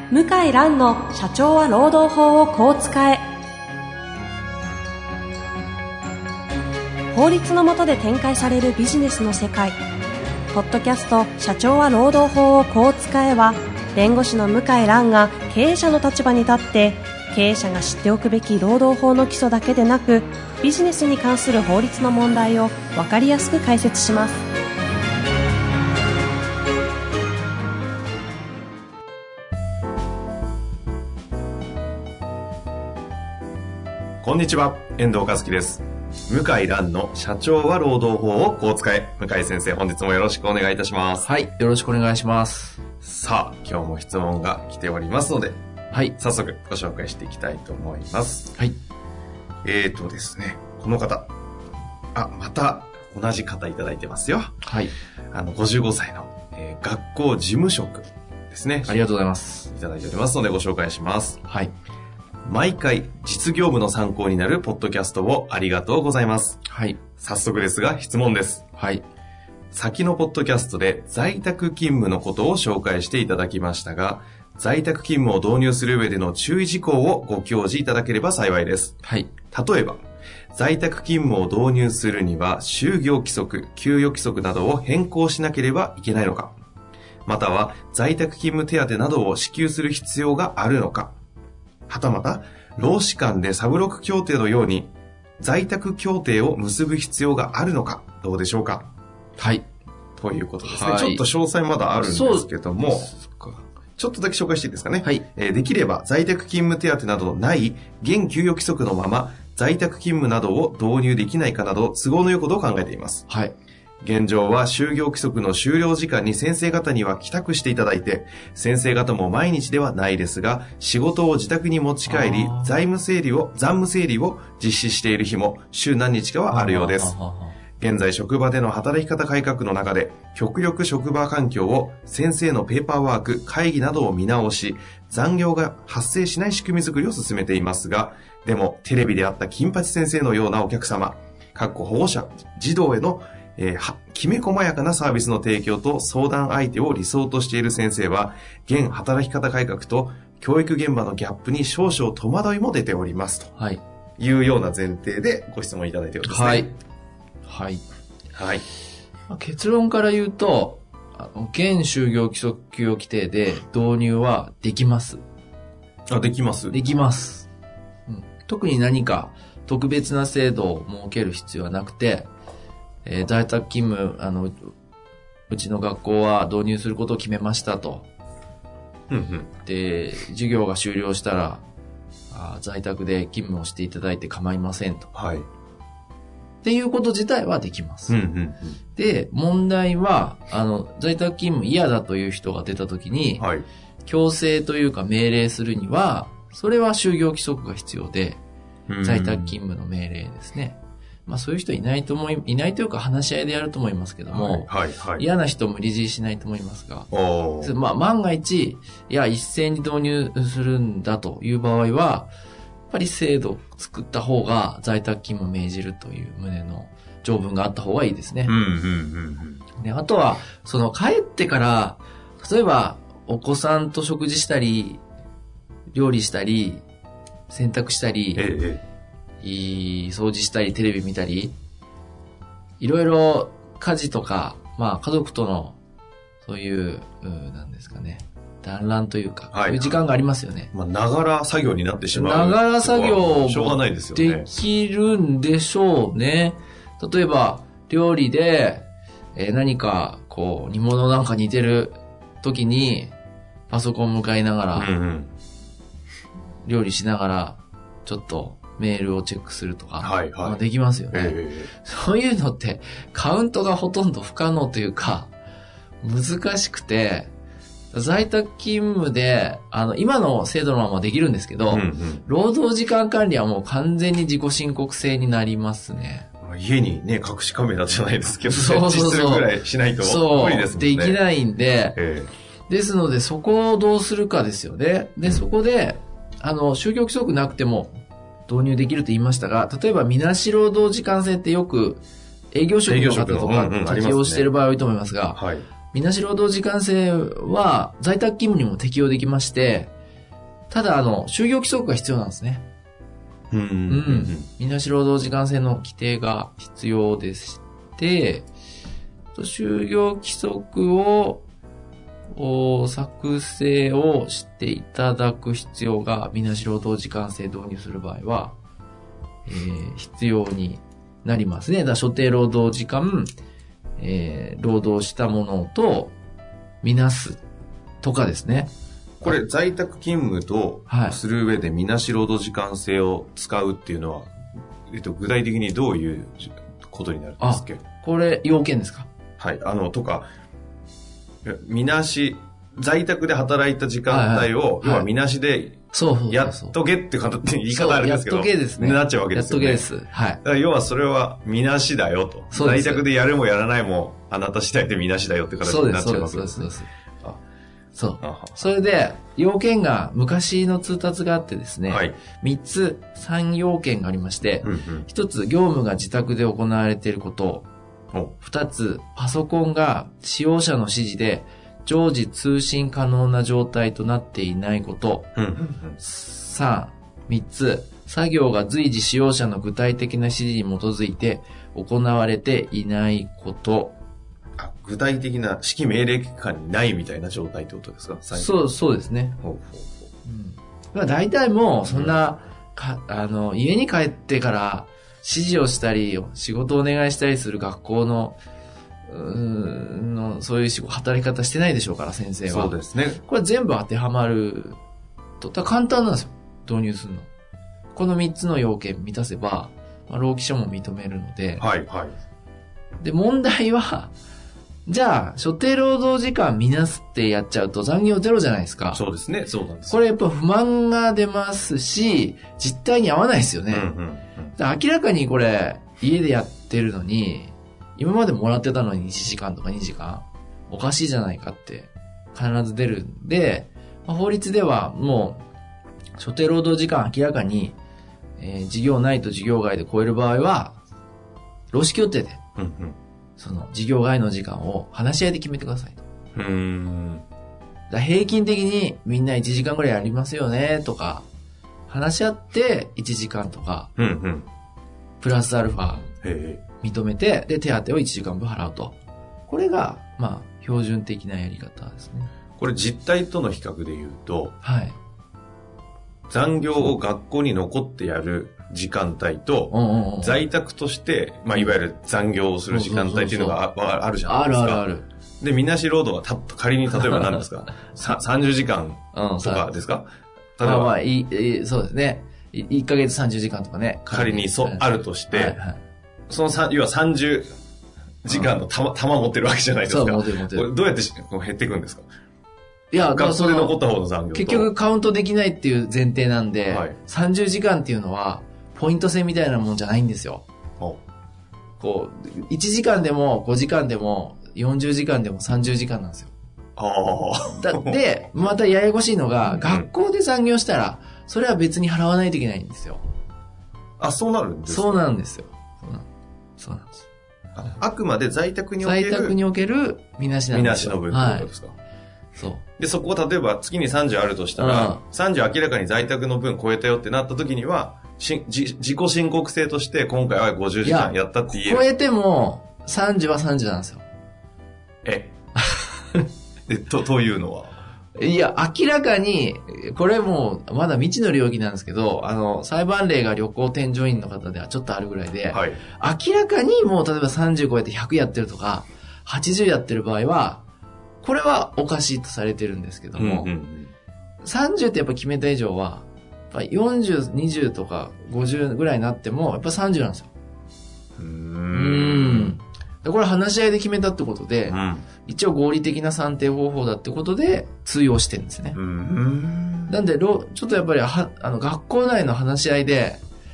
向井蘭の社長は労働法をこう使え。法律の下で展開されるビジネスの世界。ポッドキャスト社長は労働法をこう使えは、弁護士の向井蘭が経営者の立場に立って経営者が知っておくべき労働法の基礎だけでなく、ビジネスに関する法律の問題を分かりやすく解説します。 こんにちは、遠藤和樹です。向井蘭の社長は労働法をこう使え。向井先生、本日もよろしくお願いいたします。 はい、よろしくお願いします。 さあ、今日も質問が来ておりますので、 はい、 早速ご紹介していきたいと思います。 はい。 ですね、この方、また同じ方いただいてますよ。 はい。 55歳の、学校事務職ですね。 ありがとうございます。 いただいておりますのでご紹介します。 はい。 毎回実業務の参考になるポッドキャストをありがとうございます。 はい。 早速ですが質問です。 はい。 先のポッドキャストで在宅勤務のことを紹介していただきましたが、在宅勤務を導入する上での注意事項をご教示いただければ幸いです。 はい。 例えば、在宅勤務を導入するには就業規則、給与規則などを変更しなければいけないのか、または在宅勤務手当などを支給する必要があるのか、はたまた労使間でサブロック協定のように在宅協定を結ぶ必要があるのか、どうでしょうか。 はい。 ということですね。 はい、 ちょっと詳細まだあるんですけども、ちょっとだけ紹介していいですかね。 はい。 できれば在宅勤務手当などのない現給与規則のまま在宅勤務などを導入できないかなど都合の良いことを考えています。 はい。 現状は就業規則の終了時間に先生方には帰宅していただいて、先生方も毎日ではないですが仕事を自宅に持ち帰り残務整理を実施している日も週何日かはあるようです。現在職場での働き方改革の中で極力職場環境を先生のペーパーワーク、会議などを見直し残業が発生しない仕組み作りを進めていますが、でもテレビであった金八先生のようなお客様、保護者、児童へのきめ細やかなサービスの提供と相談相手を理想としている先生は、現働き方改革と教育現場のギャップに少々戸惑いも出ておりますと、 はい、 いうような前提でご質問いただいておりますね。 はい。はい。 はい。 結論から言うと、現就業規則給与規定で導入はできます。 できます。 できます。特に何か特別な制度を設ける必要はなくて、在宅勤務、うちの学校は導入することを決めましたと。で、授業が終了したら、在宅で勤務をしていただいて構いませんと。 はい。 っていうこと自体はできます。で、問題は、在宅勤務嫌だという人が出たときに、 はい、 強制というか命令するには、それは就業規則が必要で、在宅勤務の命令ですね。そういう人いないというか話し合いでやると思いますけども、嫌な人無理強いしないと思いますが、万が一、一斉に導入するんだという場合は、やっぱり制度を作った方が在宅勤務を命じるという旨の条文があった方がいいですね。で、あとは、帰ってから、例えばお子さんと食事したり、料理したり、洗濯したり、掃除したりテレビ見たりいろいろ家事とか家族とのそういうなんですかね、団らんというか、そういう時間がありますよね。 ながら作業になってしまう。 ながら作業しょうがないですよね。 できるんでしょうね。例えば料理で、何か煮物なんか煮てる時にパソコン向かいながら、料理しながらちょっとメールをチェックするとか、できますよね。そういうのってカウントがほとんど不可能というか難しくて、在宅勤務で今の制度のままできるんですけど、労働時間管理はもう完全に自己申告制になりますね。 家にね、隠しカメラじゃないですけど、設置するぐらいしないと無理ですもんね。 できないんで、ですのでそこをどうするかですよね。で、そこで就業規則なくても導入できると言いましたが、例えばみなし労働時間制ってよく営業職の方とか適用している場合多いと思いますが、みなし労働時間制は在宅勤務にも適用できまして、 ただ、就業規則が必要なんですね。みなし労働時間制の規定が必要でして、就業規則を作成をしていただく必要が、みなし労働時間制導入する場合は、必要になりますね。だから所定労働時間、労働したものとみなすとかですね。 これ在宅勤務とする上でみなし労働時間制を使うっていうのは、具体的にどういうことになるんですっけ？ これ要件ですか？ はい。とか、みなし、在宅で働いた時間帯を、要はみなしで、やっとけって言い方あるんですけど、 やっとけですね。 なっちゃうわけですよね。 やっとけです。はい。 だから要はそれはみなしだよと。在宅でやるもやらないも、あなた次第でみなしだよって形になっちゃうわけですね。 そう。それで、要件が、昔の通達があってですね、3つ、3要件がありまして、1つ、業務が自宅で行われていること、2つ、パソコンが使用者の指示で常時通信可能な状態となっていないこと、3つ、作業が随時使用者の具体的な指示に基づいて行われていないこと、 具体的な指揮命令下にないみたいな状態ってことですか？ そうですね。大体もうそんな、家に帰ってから指示をしたり仕事をお願いしたりする学校のそういう働き方してないでしょうから、先生は。 そうですね。 これ全部当てはまると。簡単なんですよ、導入するの。この3つの要件満たせば、労基署も認めるので。で、問題は、じゃあ、所定労働時間見なすってやっちゃうと残業ゼロじゃないですか。 そうですね。そうなんです。 これやっぱ不満が出ますし、実態に合わないですよね。明らかにこれ、家でやってるのに、今までもらってたのに1時間とか2時間、おかしいじゃないかって必ず出るんで、法律ではもう、所定労働時間明らかに、事業内と事業外で超える場合は、労使協定で、その事業外の時間を話し合いで決めてくださいと。だ平均的にみんな1時間ぐらいやりますよねとか、話し合って1時間とか、プラスアルファ認めて、で手当を1時間分払うと。これが、標準的なやり方ですね。 これ実態との比較で言うと、残業を学校に残ってやる時間帯と、在宅として、いわゆる残業をする時間帯っていうのがあるじゃないですか。ある。で、みなし労働は仮に例えば何ですか30時間とかですか？例えばそうですね。1ヶ月30時間とかね。 仮にあるとして、その要は30時間の玉持ってるわけじゃないですか。 持ってる。 どうやって減っていくんですか？ いや、 学校で残った方の残業と結局カウントできないっていう前提なんで、30時間っていうのはポイント制みたいなもんじゃないんですよ。1時間でも5時間でも40時間でも30時間なんですよ。で、またややこしいのが、学校で残業したら、それは別に払わないといけないんですよ。 そうなるんですか？ そうなんですよ。そうなんです。 あくまで在宅におけるみなしなんですよ。 みなしの分ってことですか？ そう。 で、そこを例えば月に30あるとしたら、30明らかに在宅の分超えたよってなった時には、自己申告制として今回は50時間やったって言える。 超えても30は30なんですよ。 というのは？ いや、明らかに、これもうまだ未知の領域なんですけど、裁判例が旅行添乗員の方ではちょっとあるぐらいで、明らかにもう例えば30超えて100やってるとか、80やってる場合は、これはおかしいとされてるんですけども、30ってやっぱ決めた以上は、やっぱ40、20とか50ぐらいになっても、やっぱ30なんですよ。これ話し合いで決めたってことで、一応合理的な算定方法だってことで通用してるんですね。なんで、ちょっとやっぱり学校内の話し合いで、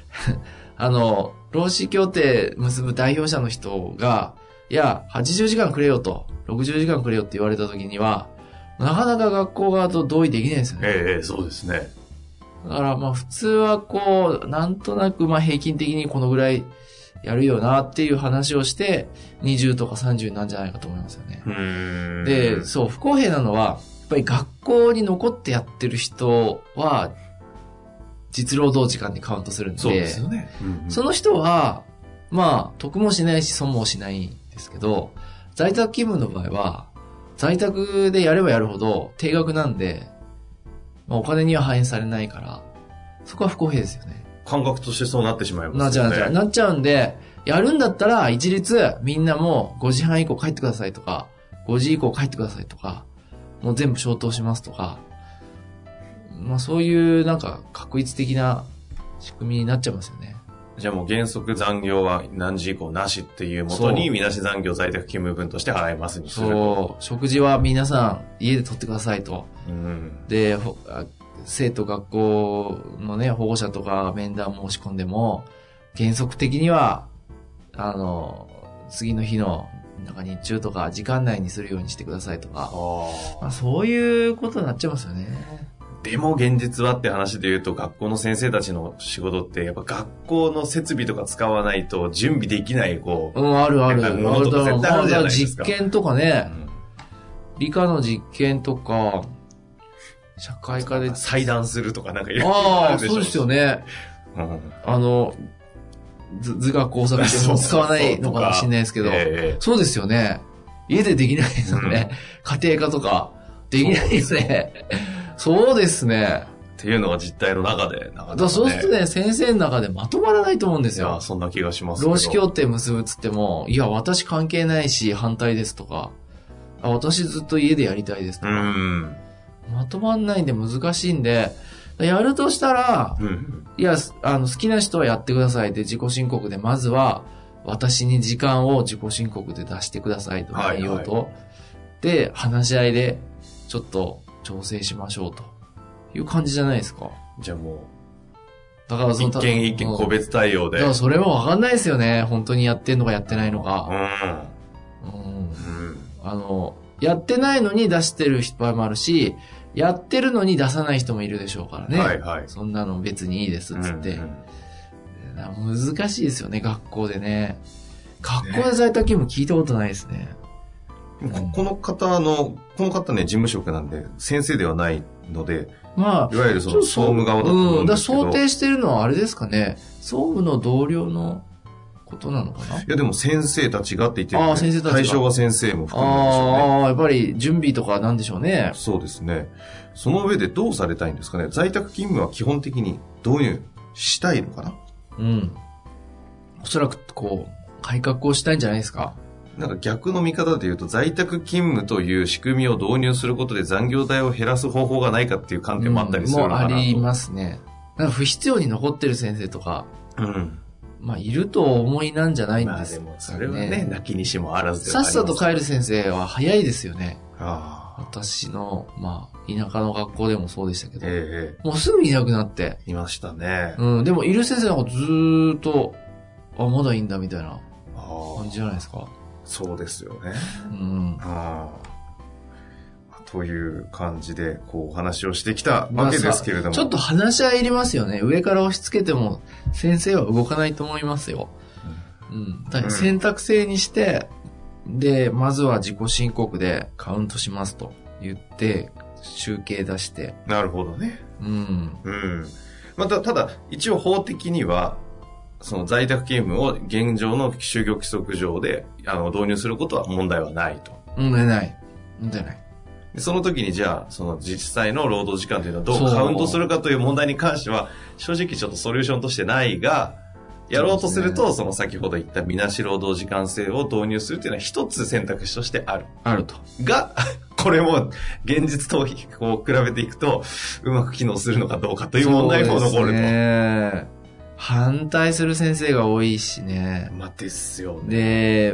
労使協定結ぶ代表者の人が、いや、80時間くれよと、60時間くれよって言われた時には、なかなか学校側と同意できないんですよね。 そうですね。 だから普通はなんとなく平均的にこのぐらいやるよなっていう話をして、20とか30なんじゃないかと思いますよね。で、不公平なのは、 ぱり学校に残ってやってる人は、実労働時間にカウントするんで、 そうですよね。 その人は、まあ、得もしないし損もしないんですけど、在宅勤務の場合は、在宅でやればやるほど定額なんで、まあ、お金には反映されないから、そこは不公平ですよね。 感覚としてそうなってしまいますよね。 なっちゃうんで、やるんだったら一律みんなも5時半以降帰ってくださいとか、5時以降帰ってくださいとか、もう全部消灯しますとか、まあそういうなんか確一的な仕組みになっちゃいますよね。 じゃあもう原則残業は何時以降なしっていうもとに、みなし残業在宅勤務分として払いますにすると。 そう、食事は皆さん家で取ってくださいと。で、生徒学校のね、保護者とか面談申し込んでも、原則的には、次の日の、なんか日中とか時間内にするようにしてくださいとか、まあ、そういうことになっちゃいますよね。 でも現実はって話で言うと、学校の先生たちの仕事って、やっぱ学校の設備とか使わないと準備できない、 あるある。 ものとか絶対あるじゃないですか。 実験とかね、理科の実験とか、社会科で裁断するとかなんかいろいろあるでしょ。 そうですよね。図画工作でも使わないのかもしれないですけど、そうですよね。家でできないですよね。家庭科とか、できないですね。そうですね。 っていうのが実態の中で、 そうするとね、先生の中でまとまらないと思うんですよ。 そんな気がしますけど。 労使協定結ぶっつっても、いや、私関係ないし反対ですとか、私ずっと家でやりたいですとか、まとまんないんで難しいんで、やるとしたら、いや、好きな人はやってくださいで自己申告で、まずは、私に時間を自己申告で出してくださいと内容と、で、話し合いで、ちょっと調整しましょうという感じじゃないですか。 じゃあもう、 だから一件一件個別対応で。 だからそれもわかんないですよね。本当にやってんのかやってないのか。やってないのに出してる場合もあるし、やってるのに出さない人もいるでしょうからね。そんなの別にいいですっつって。難しいですよね、学校でね。学校で在宅勤務聞いたことないですね。 この方ね、事務職なんで、先生ではないので、 まあ、 いわゆるその総務側だと思うんですけど。 想定してるのはあれですかね、総務の同僚のことなのかな。 いやでも先生たちがって言ってるので、 先生たちが対象が先生も含むんでしょうね。 やっぱり準備とかなんでしょうね。 そうですね。その上でどうされたいんですかね。在宅勤務は基本的に導入したいのかな。 おそらく改革をしたいんじゃないですか。 なんか逆の見方で言うと、在宅勤務という仕組みを導入することで残業代を減らす方法がないかっていう観点もあったりするのかなと。 もうありますね。なんか不必要に残ってる先生とか、まあいるとお思いなんじゃないんですかね。 まあでもそれはね、なきにしもあらずではあります。さっさと帰る先生は早いですよね。 私の、まあ、田舎の学校でもそうでしたけど、もうすぐいなくなって。 いましたね。 でもいる先生なんかずーっと、まだいいんだみたいな感じじゃないですか。 そうですよね。という感じで、お話をしてきたわけですけれども。 ちょっと話し合いいりますよね。上から押し付けても、先生は動かないと思いますよ。選択制にして、で、まずは自己申告でカウントしますと言って、集計出して。 なるほどね。まただ、一応法的には、その在宅勤務を現状の就業規則上で導入することは問題はないと。 問題ない。 でその時にじゃあ、その実際の労働時間というのはどうカウントするかという問題に関しては、正直ちょっとソリューションとしてないが、やろうとすると、その先ほど言ったみなし労働時間制を導入するというのは一つ選択肢としてある。 あると。 が、これも現実と比べていくと、うまく機能するのかどうかという問題も残ると。 反対する先生が多いしね。 ですよね。 で、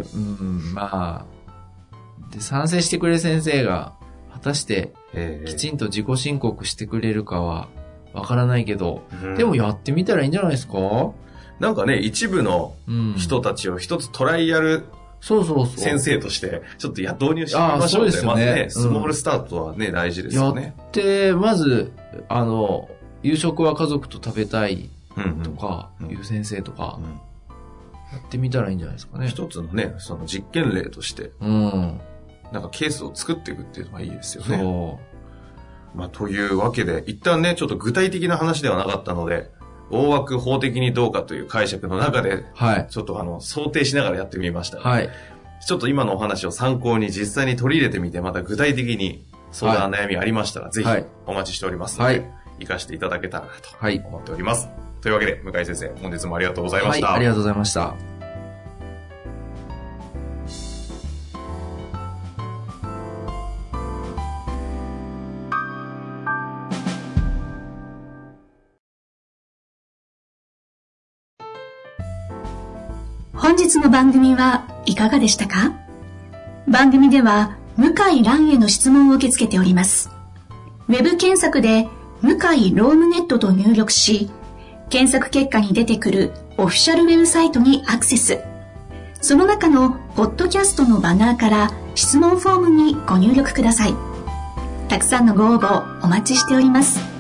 で、賛成してくれる先生が、果たして、きちんと自己申告してくれるかは、わからないけど、でもやってみたらいいんじゃないですか？ なんかね、一部の人たちを一つトライアル先生として、ちょっと導入してみましょうって、まずね、スモールスタートはね、大事ですよね。 やって、まず、夕食は家族と食べたいとか、いう先生とか、やってみたらいいんじゃないですかね。 一つのね、その実験例として、なんかケースを作っていくっていうのがいいですよね。 というわけで、一旦ね、ちょっと具体的な話ではなかったので、大枠法的にどうかという解釈の中で、ちょっと想定しながらやってみました。はい。ちょっと今のお話を参考に実際に取り入れてみて、また具体的に相談、悩みありましたら、ぜひお待ちしておりますので、活かしていただけたらなと思っております。というわけで、向井先生、本日もありがとうございました。 ありがとうございました。 本日の番組はいかがでしたか？番組では向井蘭への質問を受け付けております。ウェブ検索で向井ロームネットと入力し、検索結果に出てくるオフィシャルウェブサイトにアクセス。その中のポッドキャストのバナーから質問フォームにご入力ください。たくさんのご応募お待ちしております。